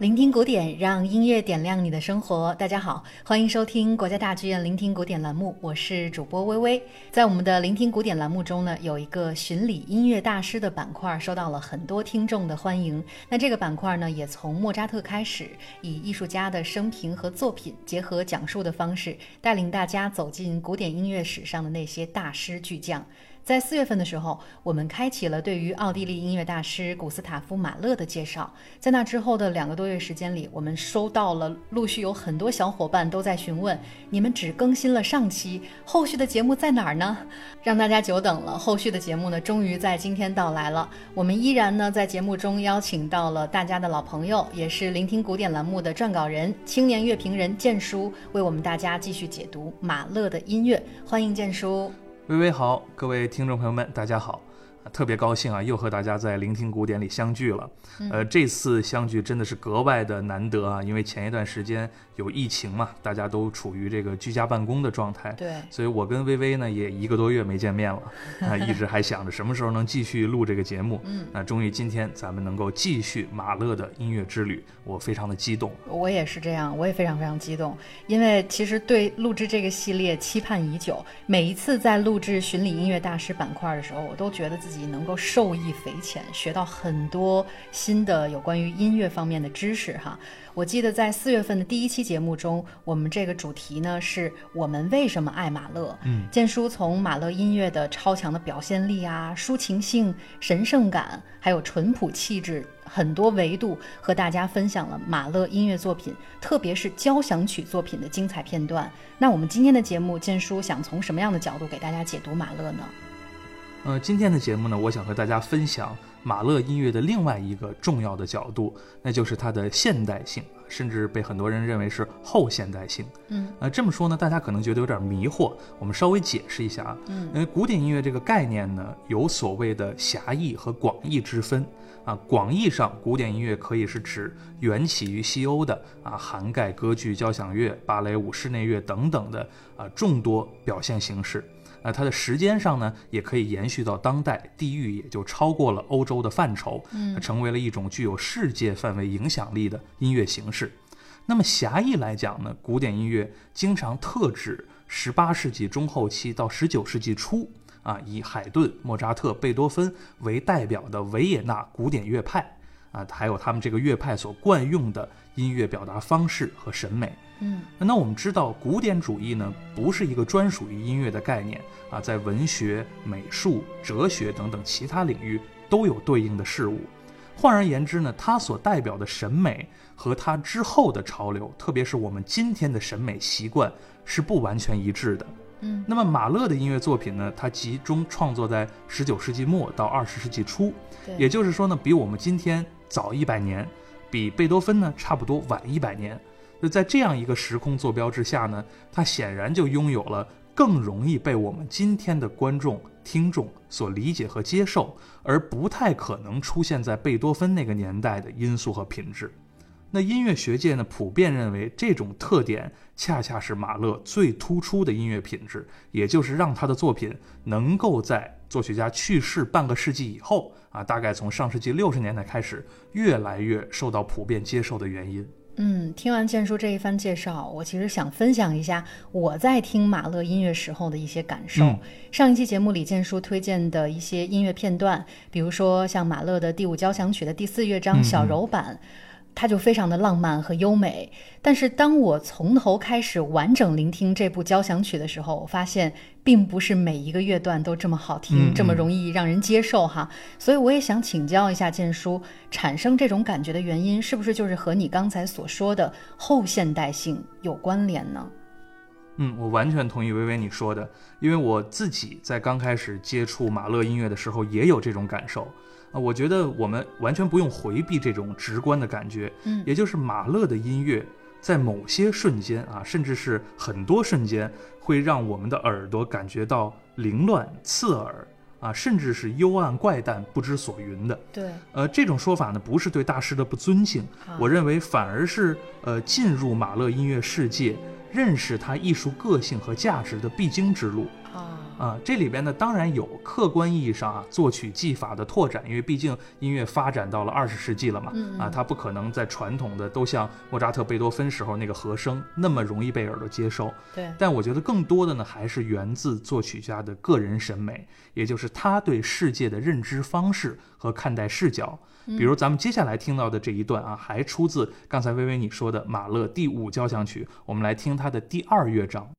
聆听古典，让音乐点亮你的生活。大家好，欢迎收听国家大剧院聆听古典栏目，我是主播微微。在我们的聆听古典栏目中呢，有一个巡礼音乐大师的板块，收到了很多听众的欢迎。那这个板块呢，也从莫扎特开始，以艺术家的生平和作品结合讲述的方式，带领大家走进古典音乐史上的那些大师巨匠。在4月份的时候，我们开启了对于奥地利音乐大师古斯塔夫·马勒的介绍。在那之后的2个多月时间里，我们收到了陆续有很多小伙伴都在询问，你们只更新了上期，后续的节目在哪儿呢？让大家久等了，后续的节目呢，终于在今天到来了。我们依然呢，在节目中邀请到了大家的老朋友，也是聆听古典栏目的撰稿人、青年乐评人建叔，为我们大家继续解读马勒的音乐。欢迎建叔。 微微好，各位听众朋友们大家好，特别高兴啊，又和大家在聆听古典里相聚了。这次相聚真的是格外的难得啊，因为前一段时间有疫情嘛，大家都处于这个居家办公的状态， 对， 所以我跟微微呢也1个多月没见面了一直还想着什么时候能继续录这个节目。那终于今天咱们能够继续马勒的音乐之旅，我非常的激动。 我也是这样，我也非常非常激动，因为其实对录制这个系列期盼已久。每一次在录制巡礼音乐大师板块的时候，我都觉得自己能够受益匪浅，学到很多新的有关于音乐方面的知识哈。我记得在4月份的第1期节目中，我们这个主题呢是我们为什么爱马勒。建叔从马勒音乐的超强的表现力啊、抒情性、神圣感，还有淳朴气质，很多维度和大家分享了马勒音乐作品，特别是交响曲作品的精彩片段。那我们今天的节目，建叔想从什么样的角度给大家解读马勒呢？ 今天的节目呢，我想和大家分享马勒音乐的另外一个重要的角度，那就是它的现代性，甚至被很多人认为是后现代性。这么说呢，大家可能觉得有点迷惑，我们稍微解释一下啊。因为古典音乐这个概念呢，有所谓的狭义和广义之分啊。广义上，古典音乐可以是指源起于西欧的啊，涵盖歌剧、交响乐、芭蕾舞、室内乐等等的众多表现形式。它的时间上呢，也可以延续到当代，地域也就超过了欧洲的范畴，成为了一种具有世界范围影响力的音乐形式。那么狭义来讲呢，古典音乐经常特指18世纪中后期到19世纪初以海顿、莫扎特、贝多芬为代表的维也纳古典乐派还有他们这个乐派所惯用的音乐表达方式和审美。那我们知道古典主义呢，不是一个专属于音乐的概念在文学、美术、哲学等等其他领域都有对应的事物。换而言之呢，它所代表的审美和它之后的潮流，特别是我们今天的审美习惯是不完全一致的。那么马勒的音乐作品呢，它集中创作在19世纪末到20世纪初，也就是说呢，比我们今天早100年，比贝多芬呢差不多晚100年。在这样一个时空坐标之下呢，它显然就拥有了更容易被我们今天的观众、听众所理解和接受，而不太可能出现在贝多芬那个年代的因素和品质。那音乐学界呢，普遍认为这种特点恰恰是马勒最突出的音乐品质，也就是让他的作品能够在作曲家去世半个世纪以后大概从上世纪60年代开始，越来越受到普遍接受的原因。 听完建叔这一番介绍，我其实想分享一下我在听马勒音乐时候的一些感受。上一期节目里建叔推荐的一些音乐片段，比如说像马勒的第5交响曲的第4乐章小柔版，它就非常的浪漫和优美。但是当我从头开始完整聆听这部交响曲的时候，我发现并不是每一个乐段都这么好听，这么容易让人接受哈。所以我也想请教一下建叔，产生这种感觉的原因是不是就是和你刚才所说的后现代性有关联呢？ 我完全同意微微你说的，因为我自己在刚开始接触马勒音乐的时候也有这种感受我觉得我们完全不用回避这种直观的感觉，也就是马勒的音乐在某些瞬间甚至是很多瞬间会让我们的耳朵感觉到凌乱、刺耳甚至是幽暗怪诞、不知所云的。 对， 这种说法呢，不是对大师的不尊敬，我认为反而是进入马勒音乐世界，认识他艺术个性和价值的必经之路。 这里边呢当然有客观意义上作曲技法的拓展，因为毕竟音乐发展到了20世纪了嘛，它不可能在传统的都像莫扎特、贝多芬时候那个和声那么容易被耳朵接受。 对， 但我觉得更多的呢还是源自作曲家的个人审美，也就是他对世界的认知方式和看待视角。比如咱们接下来听到的这一段还出自刚才微微你说的马勒第5交响曲，我们来听它的第2乐章。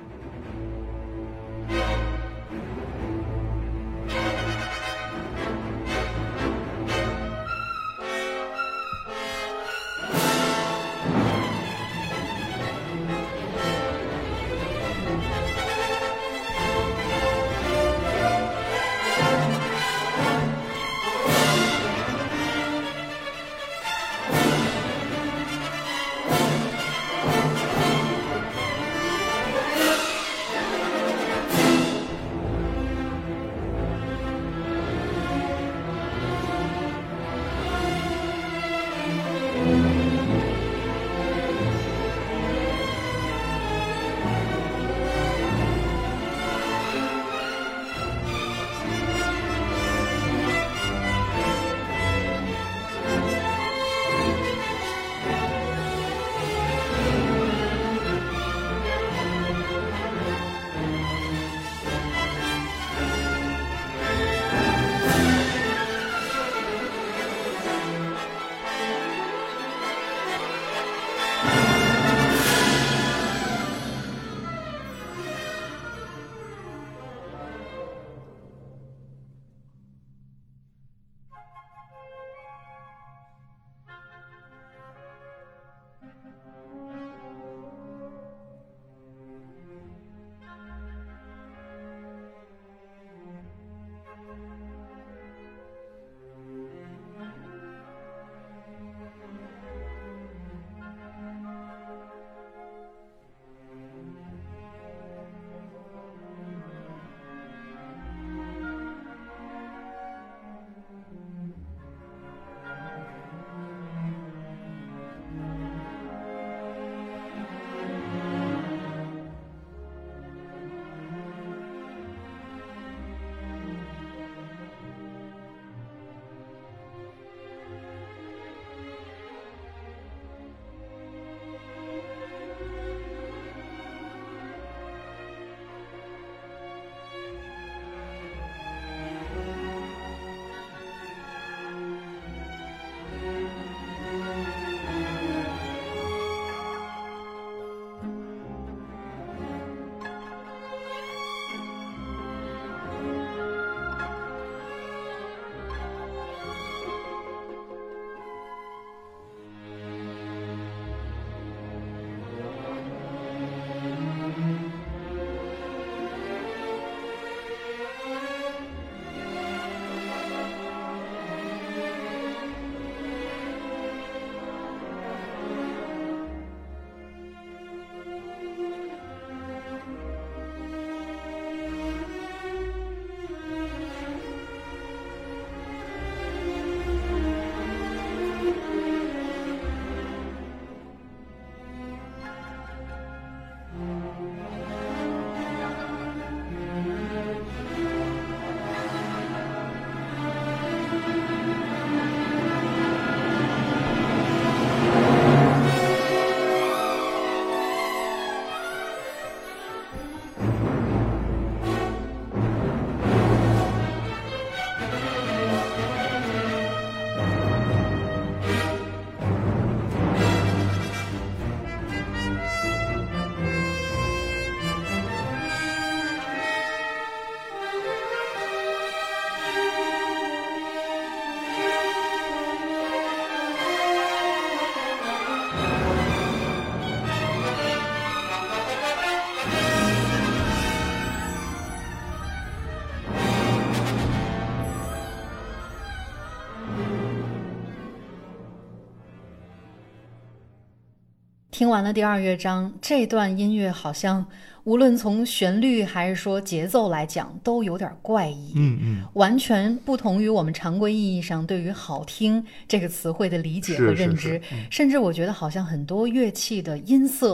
听完了第2乐章，这段音乐好像无论从旋律还是说节奏来讲都有点怪异，完全不同于我们常规意义上对于好听这个词汇的理解和认知，甚至我觉得好像很多乐器的音色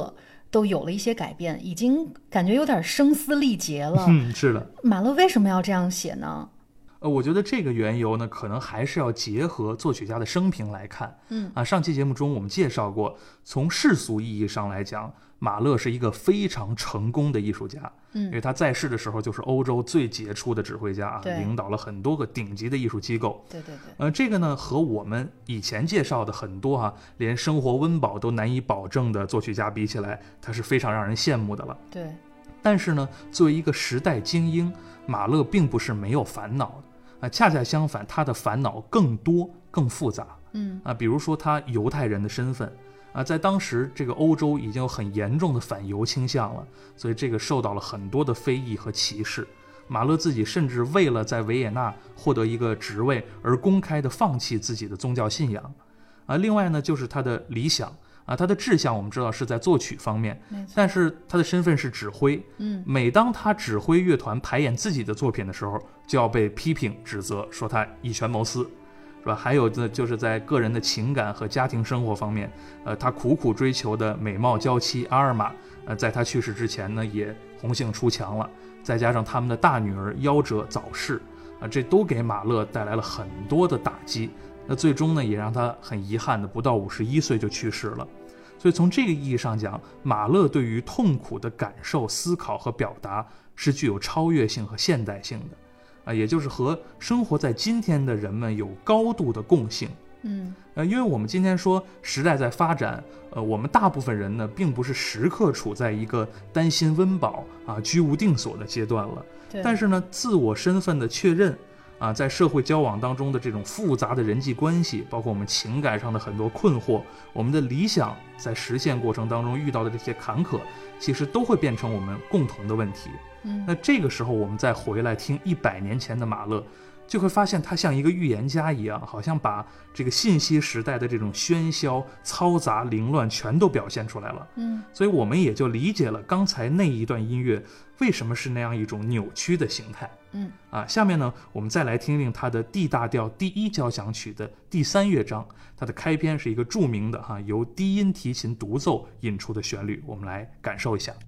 都有了一些改变，已经感觉有点声嘶力竭了。 是的。 马勒为什么要这样写呢？ 我觉得这个缘由呢，可能还是要结合作曲家的生平来看。上期节目中我们介绍过，从世俗意义上来讲，马勒是一个非常成功的艺术家。因为他在世的时候就是欧洲最杰出的指挥家领导了很多个顶级的艺术机构。 对。 这个呢和我们以前介绍的很多连生活温饱都难以保证的作曲家比起来，他是非常让人羡慕的了。 对。 但是呢，作为一个时代精英，马勒并不是没有烦恼的。恰恰相反，他的烦恼更多更复杂。比如说他犹太人的身份在当时这个欧洲已经有很严重的反犹倾向了，所以这个受到了很多的非议和歧视。马勒自己甚至为了在维也纳获得一个职位而公开的放弃自己的宗教信仰另外呢，就是他的理想他的志向我们知道是在作曲方面，但是他的身份是指挥。每当他指挥乐团排演自己的作品的时候，就要被批评指责，说他以权谋私，是吧？还有呢，就是在个人的情感和家庭生活方面，他苦苦追求的美貌娇妻阿尔玛，在他去世之前呢，也红杏出墙了。再加上他们的大女儿夭折早逝，这都给马勒带来了很多的打击。那最终呢，也让他很遗憾的不到51岁就去世了。所以从这个意义上讲，马勒对于痛苦的感受、思考和表达是具有超越性和现代性的也就是和生活在今天的人们有高度的共性。因为我们今天说时代在发展，我们大部分人呢，并不是时刻处在一个担心温饱居无定所的阶段了。但是呢，自我身份的确认在社会交往当中的这种复杂的人际关系，包括我们情感上的很多困惑，我们的理想在实现过程当中遇到的这些坎坷，其实都会变成我们共同的问题。那这个时候我们再回来听100年前的马勒，就会发现他像一个预言家一样，好像把这个信息时代的这种喧嚣、嘈杂、凌乱全都表现出来了。所以我们也就理解了刚才那一段音乐为什么是那样一种扭曲的形态。下面呢，我们再来听听他的 D 大调第1交响曲的第3乐章，它的开篇是一个著名的由低音提琴独奏引出的旋律，我们来感受一下。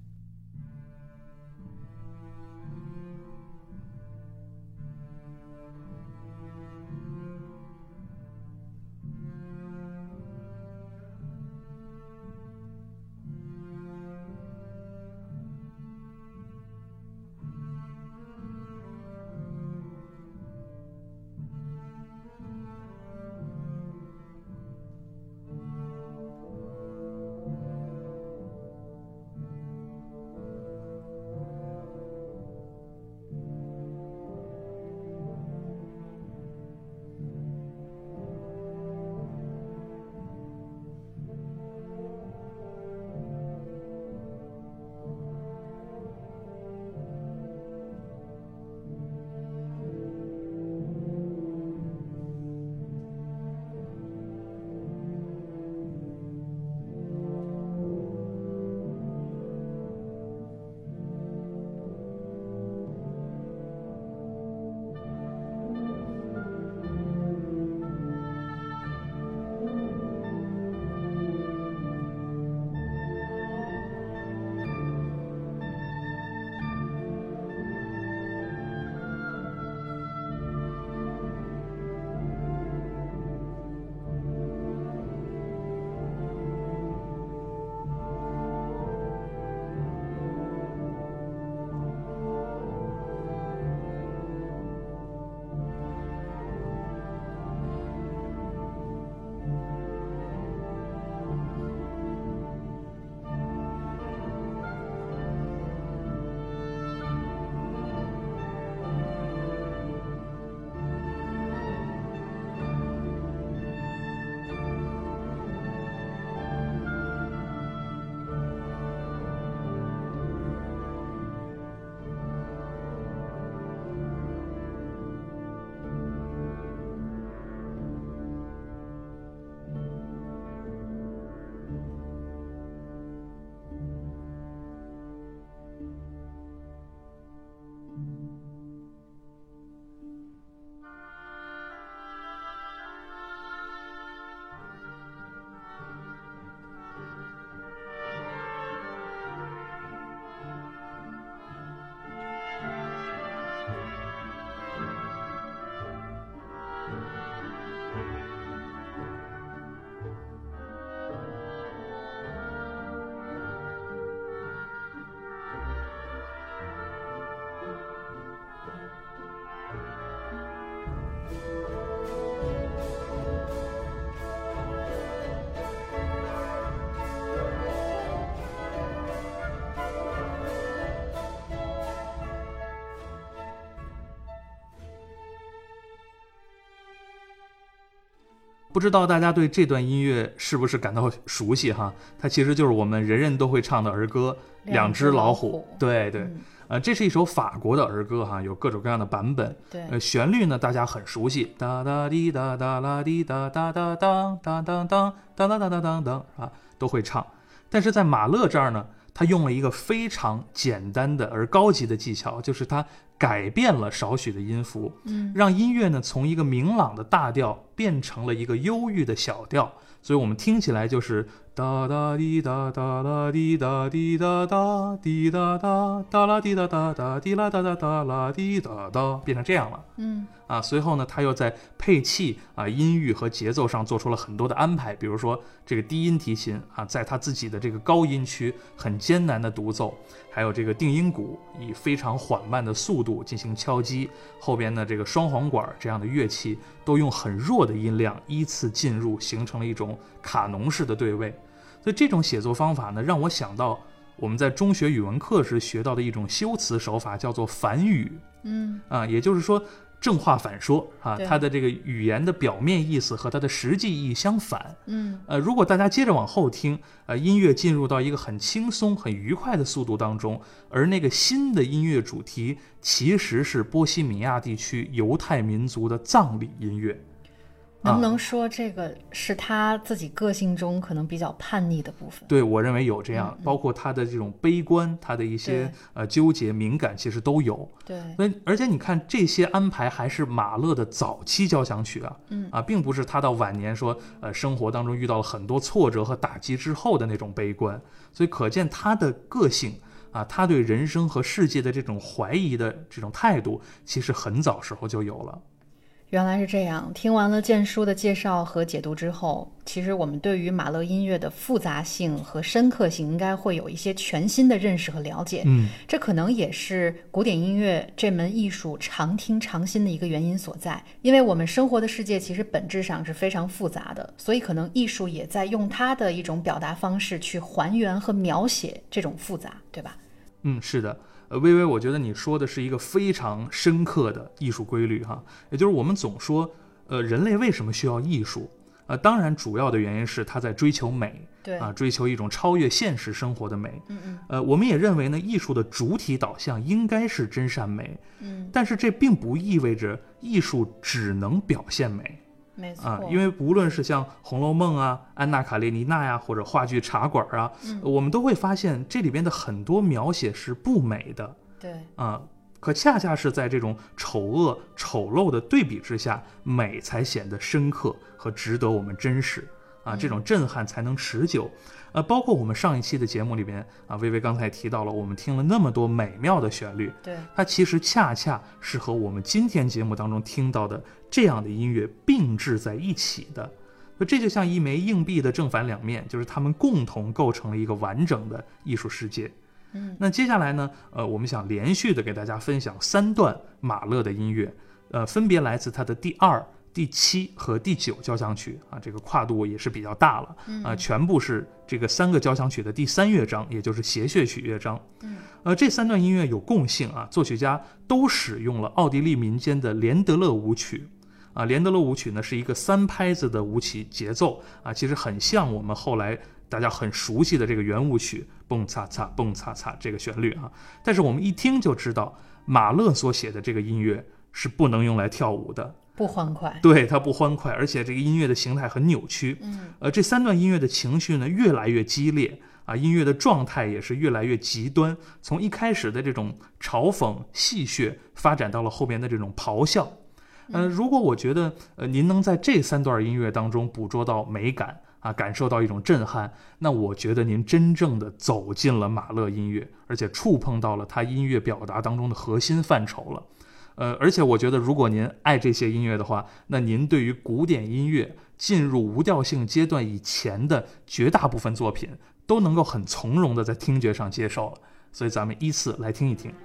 不知道大家对这段音乐是不是感到熟悉哈？它其实就是我们人人都会唱的儿歌《两只老虎》。对对，这是一首法国的儿歌哈，有各种各样的版本。 对， 旋律呢大家很熟悉，哒哒滴哒哒啦滴哒哒哒当当当当当当当当当当啊，都会唱。但是在马勒这儿呢，他用了一个非常简单的而高级的技巧，就是他改变了少许的音符，让音乐呢从一个明朗的大调变成了一个忧郁的小调，所以我们听起来就是哒哒滴哒哒啦滴哒滴哒哒滴哒哒哒啦滴哒哒哒滴啦哒哒哒啦滴哒哒，变成这样了。随后呢，他又在配器音域和节奏上做出了很多的安排，比如说这个低音提琴在他自己的这个高音区很艰难的独奏，还有这个定音鼓以非常缓慢的速度进行敲击，后边的这个双簧管这样的乐器都用很弱的音量依次进入，形成了一种卡农式的对位。所以这种写作方法呢，让我想到我们在中学语文课时学到的一种修辞手法，叫做反语。也就是说正话反说它的这个语言的表面意思和它的实际意义相反。如果大家接着往后听，音乐进入到一个很轻松很愉快的速度当中，而那个新的音乐主题其实是波西米亚地区犹太民族的葬礼音乐。 能不能说这个是他自己个性中可能比较叛逆的部分？ 对，我认为有这样，包括他的这种悲观，他的一些纠结敏感其实都有。 对， 而且你看这些安排还是马勒的早期交响曲并不是他到晚年说生活当中遇到了很多挫折和打击之后的那种悲观，所以可见他的个性他对人生和世界的这种怀疑的这种态度其实很早时候就有了。 原来是这样。听完了建书的介绍和解读之后，其实我们对于马勒音乐的复杂性和深刻性应该会有一些全新的认识和了解。这可能也是古典音乐这门艺术常听常新的一个原因所在。因为我们生活的世界其实本质上是非常复杂的，所以可能艺术也在用它的一种表达方式去还原和描写这种复杂，对吧？ 是的。微微，我觉得你说的是一个非常深刻的艺术规律也就是我们总说人类为什么需要艺术当然主要的原因是他在追求美， 对追求一种超越现实生活的美。我们也认为呢，艺术的主体导向应该是真善美。但是这并不意味着艺术只能表现美。 没错因为无论是像《红楼梦》安娜·卡列尼娜或者话剧《茶馆》我们都会发现这里边的很多描写是不美的。 对可恰恰是在这种丑恶丑陋的对比之下，美才显得深刻和值得我们珍视这种震撼才能持久。包括我们上一期的节目里边微微刚才提到了，我们听了那么多美妙的旋律， 对， 它其实恰恰是和我们今天节目当中听到的这样的音乐并置在一起的。这就像一枚硬币的正反两面，就是它们共同构成了一个完整的艺术世界。那接下来呢我们想连续的给大家分享3段马勒的音乐，分别来自他的第2、第7和第9交响曲这个跨度也是比较大了全部是这个3个交响曲的第3乐章，也就是谐谑曲乐章。这3段音乐有共性作曲家都使用了奥地利民间的连德勒舞曲连德勒舞曲呢是一个3拍子的舞曲节奏其实很像我们后来大家很熟悉的这个圆舞曲蹦擦擦蹦擦擦这个旋律但是我们一听就知道马勒所写的这个音乐是不能用来跳舞的， 不欢快。 对，它不欢快，而且这个音乐的形态很扭曲。这3段音乐的情绪呢越来越激烈音乐的状态也是越来越极端，从一开始的这种嘲讽戏谑发展到了后面的这种咆哮。如果我觉得您能在这3段音乐当中捕捉到美感感受到一种震撼，那我觉得您真正的走进了马勒音乐，而且触碰到了他音乐表达当中的核心范畴了。而且我觉得如果您爱这些音乐的话，那您对于古典音乐进入无调性阶段以前的绝大部分作品都能够很从容的在听觉上接受了。所以咱们依次来听一听。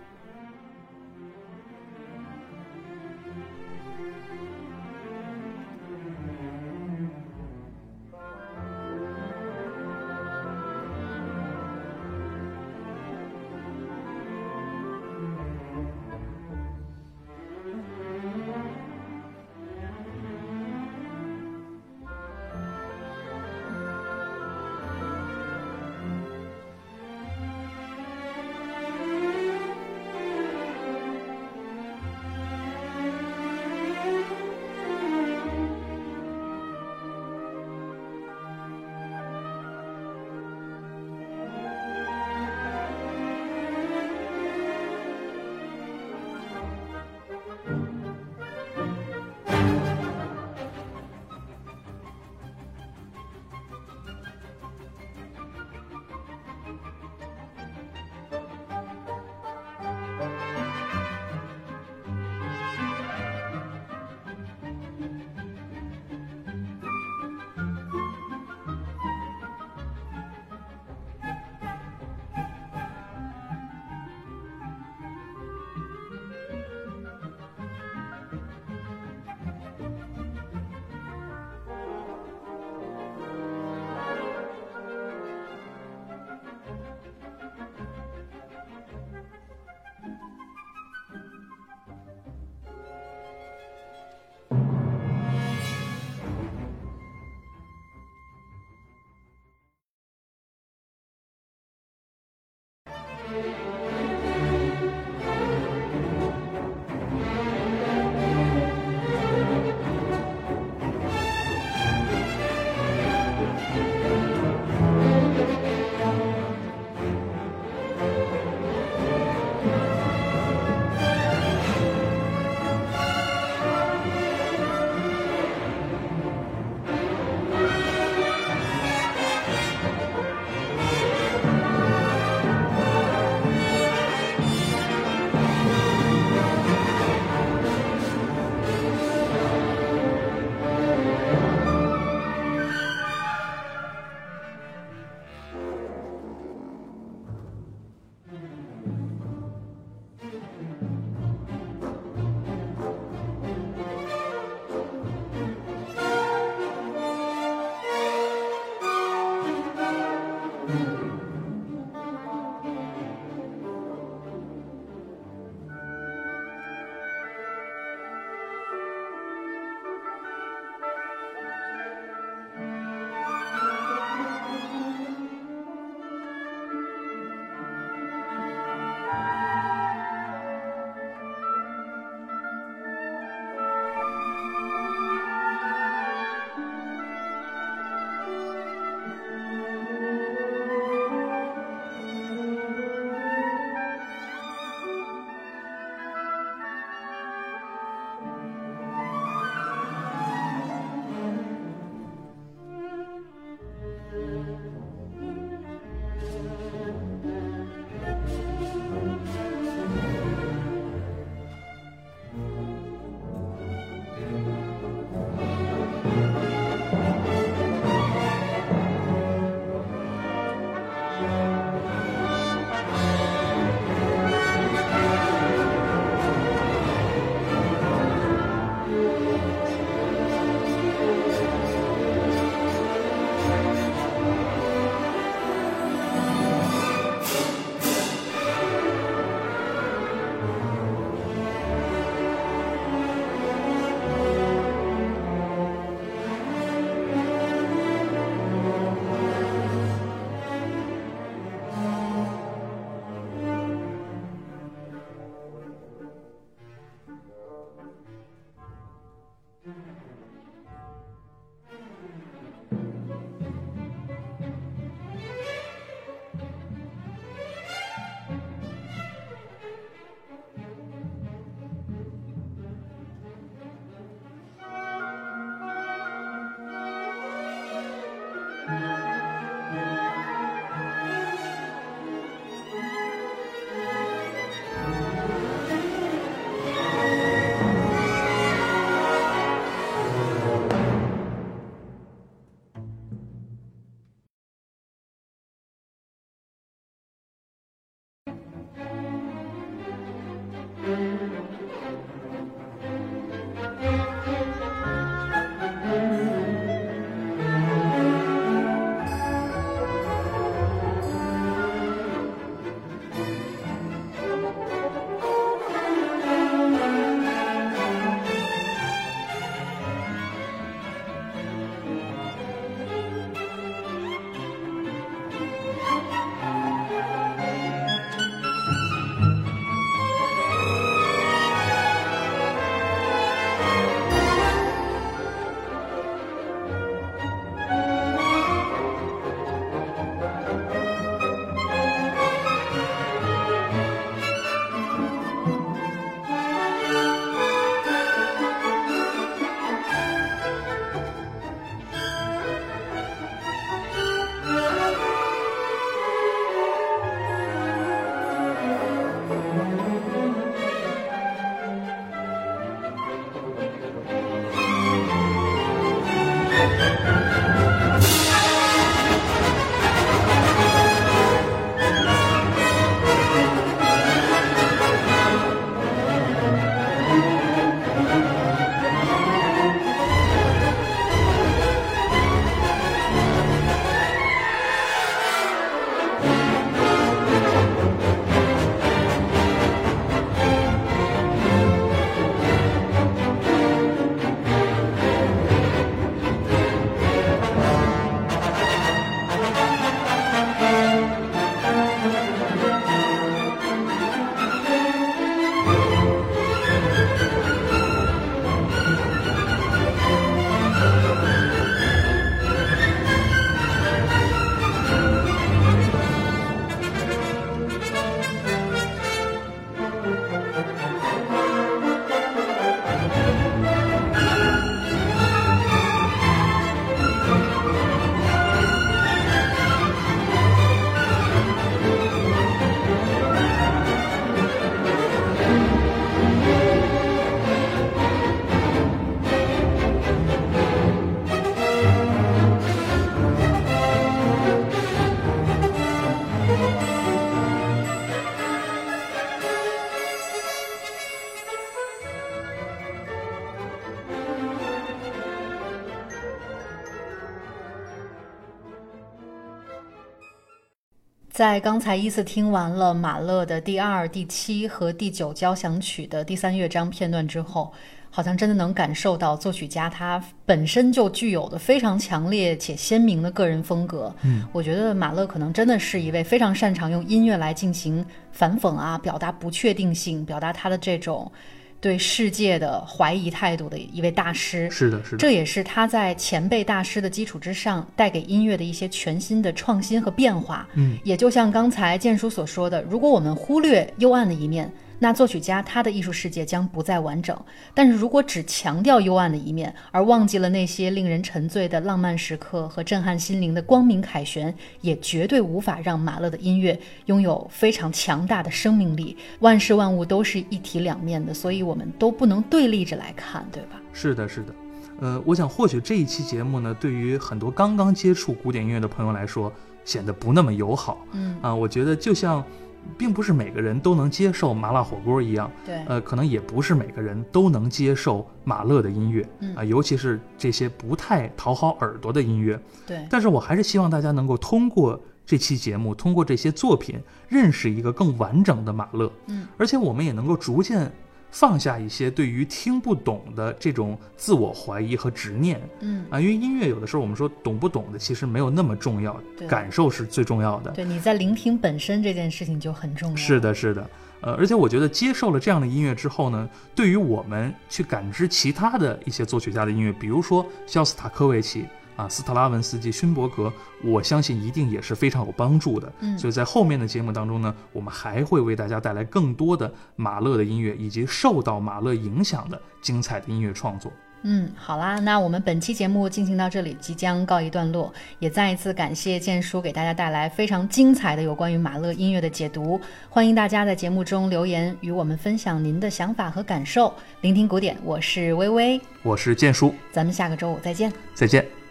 在刚才依次听完了马勒的第2、第7和第9交响曲的第3乐章片段之后，好像真的能感受到作曲家他本身就具有的非常强烈且鲜明的个人风格。我觉得马勒可能真的是一位非常擅长用音乐来进行反讽啊，表达不确定性，表达他的这种对世界的怀疑态度的一位大师。 是的，是的， 这也是他在前辈大师的基础之上带给音乐的一些全新的创新和变化。也就像刚才建叔所说的，如果我们忽略幽暗的一面，那作曲家他的艺术世界将不再完整。但是如果只强调幽暗的一面，而忘记了那些令人沉醉的浪漫时刻和震撼心灵的光明凯旋，也绝对无法让马勒的音乐拥有非常强大的生命力。万事万物都是一体两面的，所以我们都不能对立着来看，对吧？ 是的，是的。我想或许这一期节目呢，对于很多刚刚接触古典音乐的朋友来说，显得不那么友好。我觉得就像并不是每个人都能接受麻辣火锅一样， 对， 可能也不是每个人都能接受马勒的音乐，尤其是这些不太讨好耳朵的音乐。 对， 但是我还是希望大家能够通过这期节目，通过这些作品，认识一个更完整的马勒。而且我们也能够逐渐放下一些对于听不懂的这种自我怀疑和执念。因为音乐有的时候我们说懂不懂的其实没有那么重要，感受是最重要的。 对，你在聆听本身这件事情就很重要。 是的，是的。而且我觉得接受了这样的音乐之后呢，对于我们去感知其他的一些作曲家的音乐，比如说肖斯塔科维奇斯特拉文斯基、勋伯格，我相信一定也是非常有帮助的。所以在后面的节目当中呢，我们还会为大家带来更多的马勒的音乐，以及受到马勒影响的精彩的音乐创作。 好啦，那我们本期节目进行到这里即将告一段落，也再一次感谢建叔给大家带来非常精彩的有关于马勒音乐的解读。欢迎大家在节目中留言与我们分享您的想法和感受。聆听古典，我是微微， 我是建叔， 咱们下个周五再见。 再见。